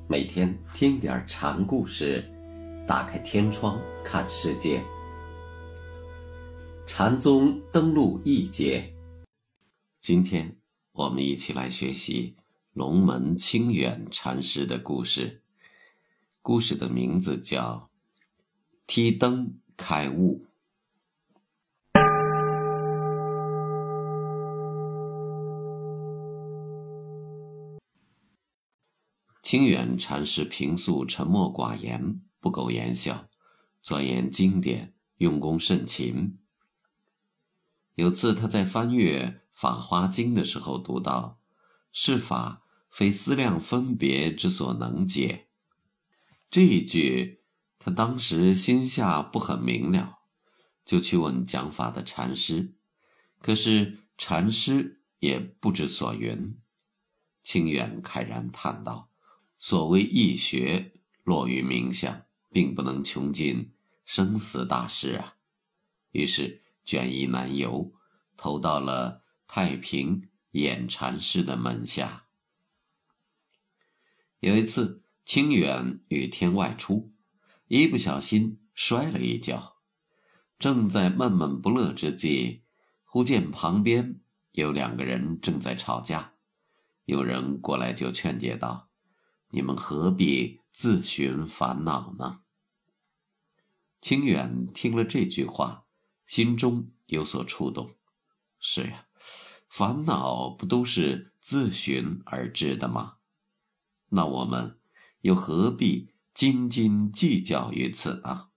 每天听点禅故事，打开天窗看世界。禅宗登陆一节，今天我们一起来学习龙门清远禅师的故事。故事的名字叫梯灯开悟。清远禅师平素沉默寡言，不苟言笑，钻研经典，用功甚勤。有次他在翻阅《法华经》的时候读到，是法非思量分别之所能解。这一句他当时心下不很明了，就去问讲法的禅师，可是禅师也不知所云。清远慨然叹道，所谓易学落于冥想，并不能穷尽生死大事啊。于是卷衣南游，投到了太平演禅师的门下。有一次清远雨天外出，一不小心摔了一跤，正在闷闷不乐之际，忽见旁边有两个人正在吵架。有人过来就劝诫道，你们何必自寻烦恼呢？清远听了这句话，心中有所触动。是呀，烦恼不都是自寻而至的吗？那我们又何必斤斤计较于此呢？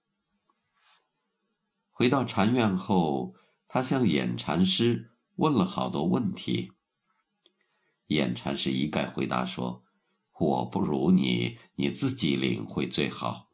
回到禅院后，他向演禅师问了好多问题。演禅师一概回答说，我不如你，你自己领会最好。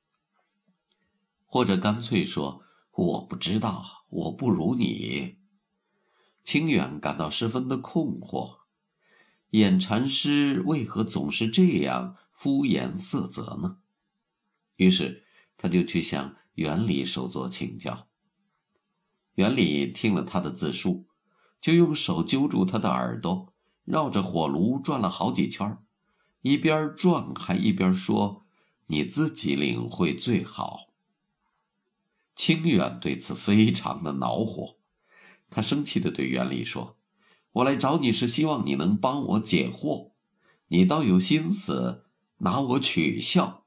或者干脆说，我不知道，我不如你。清远感到十分的困惑，演禅师为何总是这样敷衍塞责呢？于是他就去向圆理首座请教。圆理听了他的自述，就用手揪住他的耳朵，绕着火炉转了好几圈，一边转还一边说，你自己领会最好。清远对此非常的恼火，他生气地对圆理说，我来找你是希望你能帮我解惑，你倒有心思拿我取笑。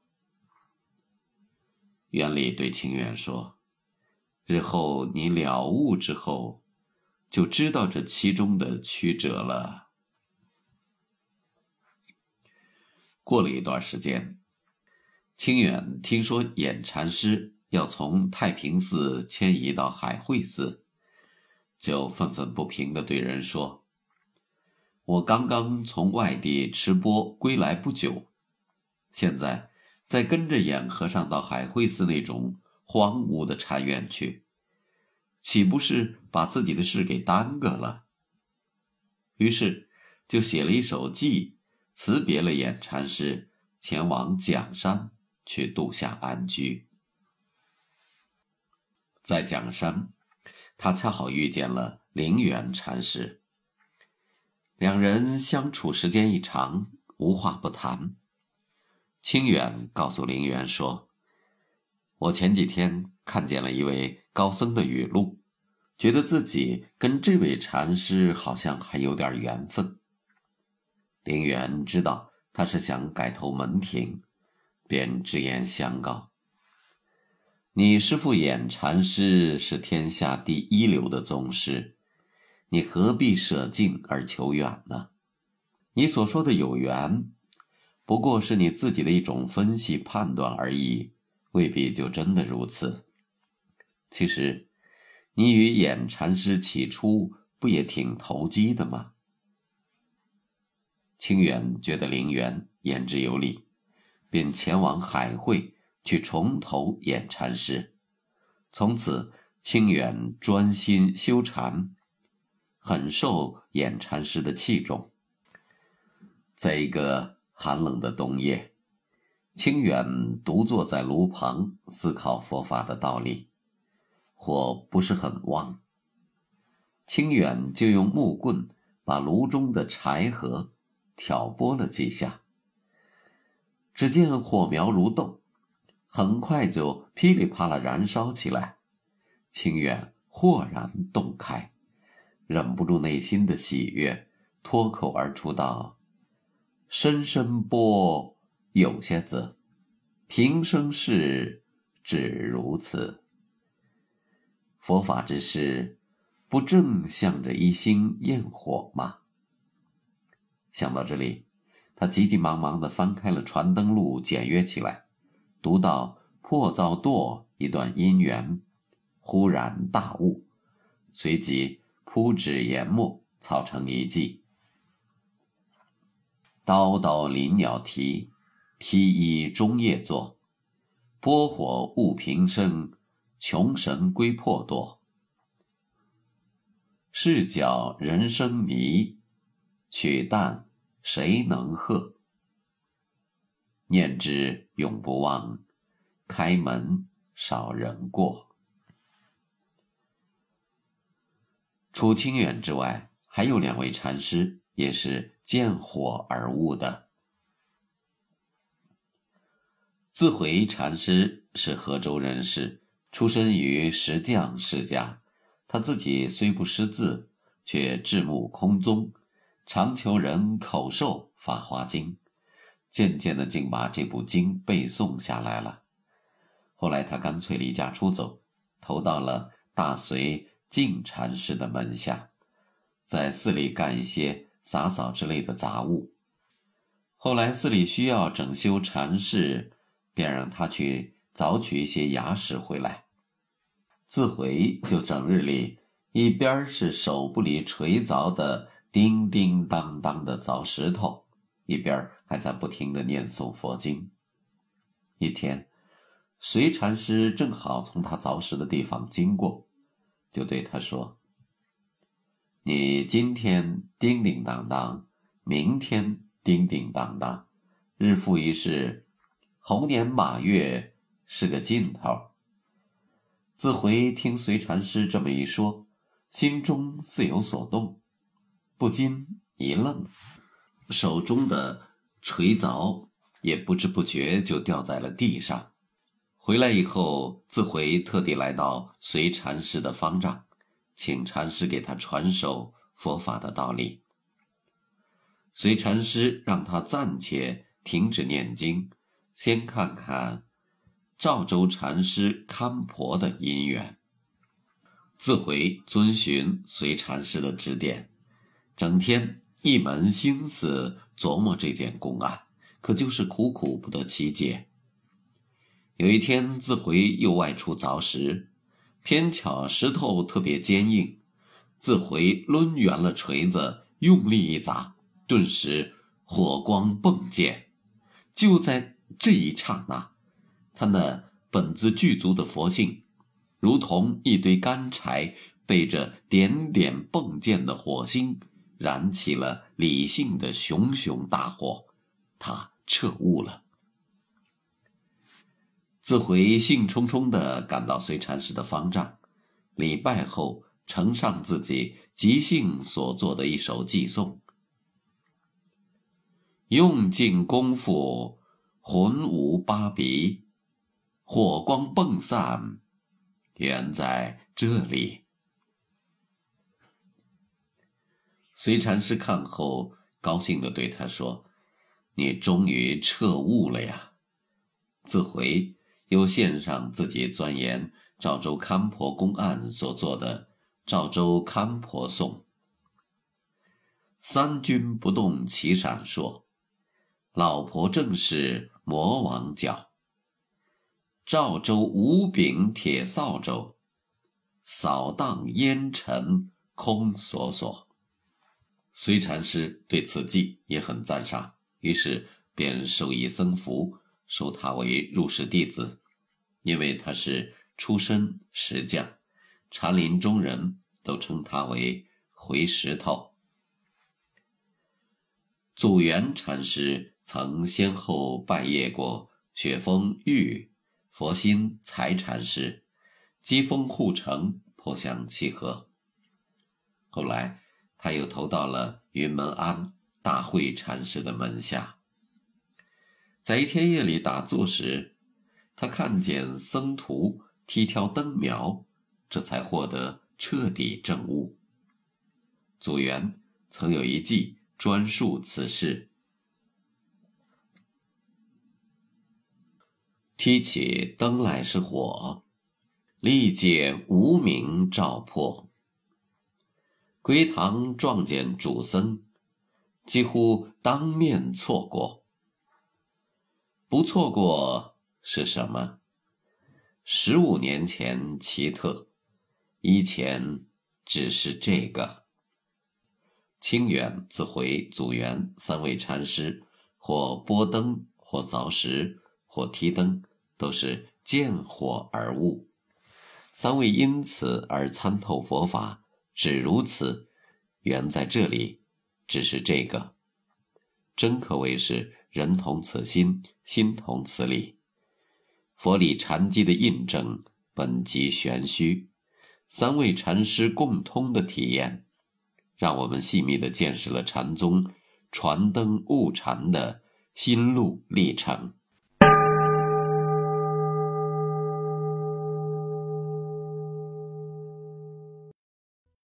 圆理对清远说，日后你了悟之后，就知道这其中的曲折了。过了一段时间，清远听说演禅师要从太平寺迁移到海会寺，就愤愤不平地对人说，我刚刚从外地持钵归来不久，现在再跟着演和尚到海会寺那种荒芜的禅院去，岂不是把自己的事给耽搁了？于是就写了一首偈，辞别了演禅师，前往蒋山去度夏安居。在蒋山，他恰好遇见了灵源禅师，两人相处时间一长，无话不谈。清远告诉灵源说，我前几天看见了一位高僧的语录，觉得自己跟这位禅师好像还有点缘分。灵源知道他是想改投门庭，便直言相告，你师父演禅师是天下第一流的宗师，你何必舍近而求远呢？你所说的有缘，不过是你自己的一种分析判断而已，未必就真的如此。其实你与演禅师起初不也挺投机的吗？清远觉得灵源言之有理，便前往海会去重投演禅师。从此清远专心修禅，很受演禅师的器重。在一个寒冷的冬夜，清远独坐在炉旁思考佛法的道理，火不是很旺，清远就用木棍把炉中的柴禾挑拨了几下， 只见火苗如豆，很快就噼里啪啦燃烧起来。清远豁然洞开，忍不住内心的喜悦，脱口而出道：生生波有些子，平生事只如此。佛法之事，不正向着一心焰火吗？想到这里，他急急忙忙地翻开了传灯录，简约起来，读到破造堕一段因缘，忽然大悟，随即铺纸研墨，草成一记：刀刀临鸟啼，梯衣终夜作，波火误平生，穷神归破堕。视角人生迷，取淡谁能贺？念之永不忘，开门少人过。除清远之外，还有2位禅师也是见火而悟的。自回禅师是河州人士，出身于石匠世家。他自己虽不识字，却智目空宗，常求人口授《法华经》，渐渐的竟把这部经背诵下来了。后来他干脆离家出走，投到了大隋净禅师的门下，在寺里干一些洒扫之类的杂物。后来寺里需要整修禅室，便让他去凿取一些牙石回来。自回就整日里，一边是手不离锤凿的叮叮当当的凿石头，一边还在不停地念诵佛经。一天，隋禅师正好从他凿石的地方经过，就对他说：你今天叮叮当当，明天叮叮当当，日复一日，猴年马月是个尽头。自回听隋禅师这么一说，心中似有所动，不禁一愣，手中的锤凿也不知不觉就掉在了地上。回来以后，自回特地来到隋禅师的方丈，请禅师给他传授佛法的道理。隋禅师让他暂且停止念经，先看看赵州禅师堪婆的因缘。自回遵循隋禅师的指点，整天一门心思琢磨这件公案，可就是苦苦不得其解。有一天，自回又外出凿石，偏巧石头特别坚硬，自回抡圆了锤子，用力一砸，顿时火光迸溅。就在这一刹那，他那本自具足的佛性，如同一堆干柴被这点点迸溅的火星燃起了理性的熊熊大火，他彻悟了。自回兴冲冲地赶到隋禅师的方丈，礼拜后呈上自己即兴所作的一首偈颂：用尽功夫浑无八鼻，火光迸散原在这里。隋禅师看后高兴地对他说：你终于彻悟了呀。自回又献上自己钻研赵州堪婆公案所做的赵州堪婆颂：三军不动齐闪烁，老婆正是魔王脚。赵州五柄铁扫帚，扫荡烟尘空索索。隋禅师对此偈也很赞赏，于是便授以僧服，收他为入室弟子。因为他是出身石匠，禅林中人都称他为回石头。祖元禅师曾先后拜谒过雪峰玉、佛心财禅师，机锋互成，颇相契合。后来他又投到了云门庵大慧禅师的门下。 在一天夜里打坐时，他看见僧徒踢挑灯苗，这才获得彻底证悟。祖元曾有一偈专述此事：踢起灯来是火，力解无明照破。归堂撞见主僧，几乎当面错过。不错过是什么？15年前奇特，以前只是这个。清远自回祖元3位禅师，或拨灯，或凿石，或提灯，都是见火而悟。3位因此而参透佛法，只如此，缘在这里，只是这个。真可谓是人同此心，心同此理。佛理禅机的印证本即玄虚，3位禅师共通的体验，让我们细密地见识了禅宗传灯悟禅的心路历程。